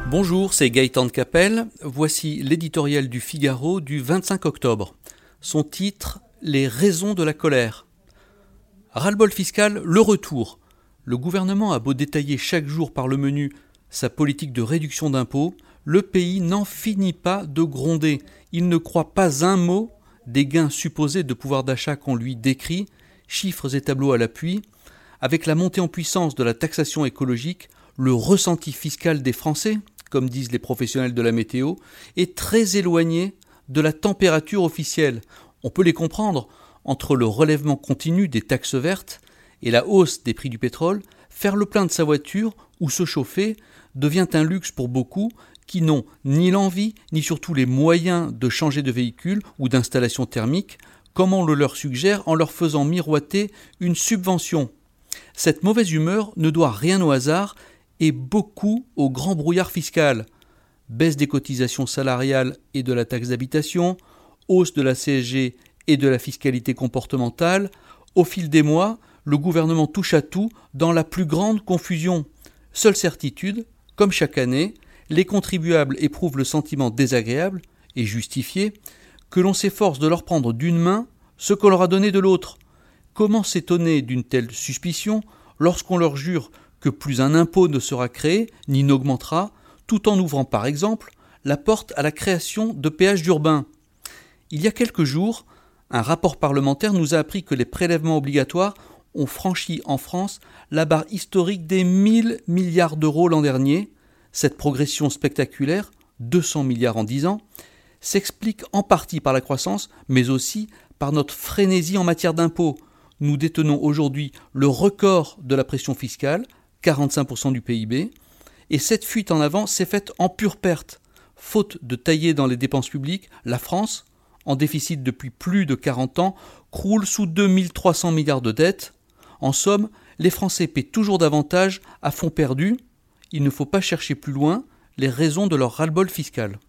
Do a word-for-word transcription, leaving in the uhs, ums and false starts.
Bonjour, c'est Gaëtan de Capelle. Voici l'éditorial du Figaro du vingt-cinq octobre. Son titre, Les raisons de la colère. Ras-le-bol fiscal, le retour. Le gouvernement a beau détailler chaque jour par le menu sa politique de réduction d'impôts, le pays n'en finit pas de gronder. Il ne croit pas un mot des gains supposés de pouvoir d'achat qu'on lui décrit, chiffres et tableaux à l'appui. Avec la montée en puissance de la taxation écologique, le ressenti fiscal des Français, comme disent les professionnels de la météo, est très éloigné de la température officielle. On peut les comprendre. Entre le relèvement continu des taxes vertes et la hausse des prix du pétrole, faire le plein de sa voiture ou se chauffer devient un luxe pour beaucoup qui n'ont ni l'envie ni surtout les moyens de changer de véhicule ou d'installation thermique, comme on le leur suggère en leur faisant miroiter une subvention. Cette mauvaise humeur ne doit rien au hasard et beaucoup au grand brouillard fiscal. Baisse des cotisations salariales et de la taxe d'habitation, hausse de la C S G et de la fiscalité comportementale. Au fil des mois, le gouvernement touche à tout dans la plus grande confusion. Seule certitude, comme chaque année, les contribuables éprouvent le sentiment désagréable et justifié que l'on s'efforce de leur prendre d'une main ce qu'on leur a donné de l'autre. Comment s'étonner d'une telle suspicion lorsqu'on leur jure que plus un impôt ne sera créé ni n'augmentera, tout en ouvrant par exemple la porte à la création de péages urbains. Il y a quelques jours, un rapport parlementaire nous a appris que les prélèvements obligatoires ont franchi en France la barre historique des mille milliards d'euros l'an dernier. Cette progression spectaculaire, deux cents milliards en dix ans, s'explique en partie par la croissance, mais aussi par notre frénésie en matière d'impôts. Nous détenons aujourd'hui le record de la pression fiscale, quarante-cinq pour cent du P I B, et cette fuite en avant s'est faite en pure perte. Faute de tailler dans les dépenses publiques, la France, en déficit depuis plus de quarante ans, croule sous deux mille trois cents milliards de dettes. En somme, les Français paient toujours davantage à fonds perdus. Il ne faut pas chercher plus loin les raisons de leur ras-le-bol fiscal.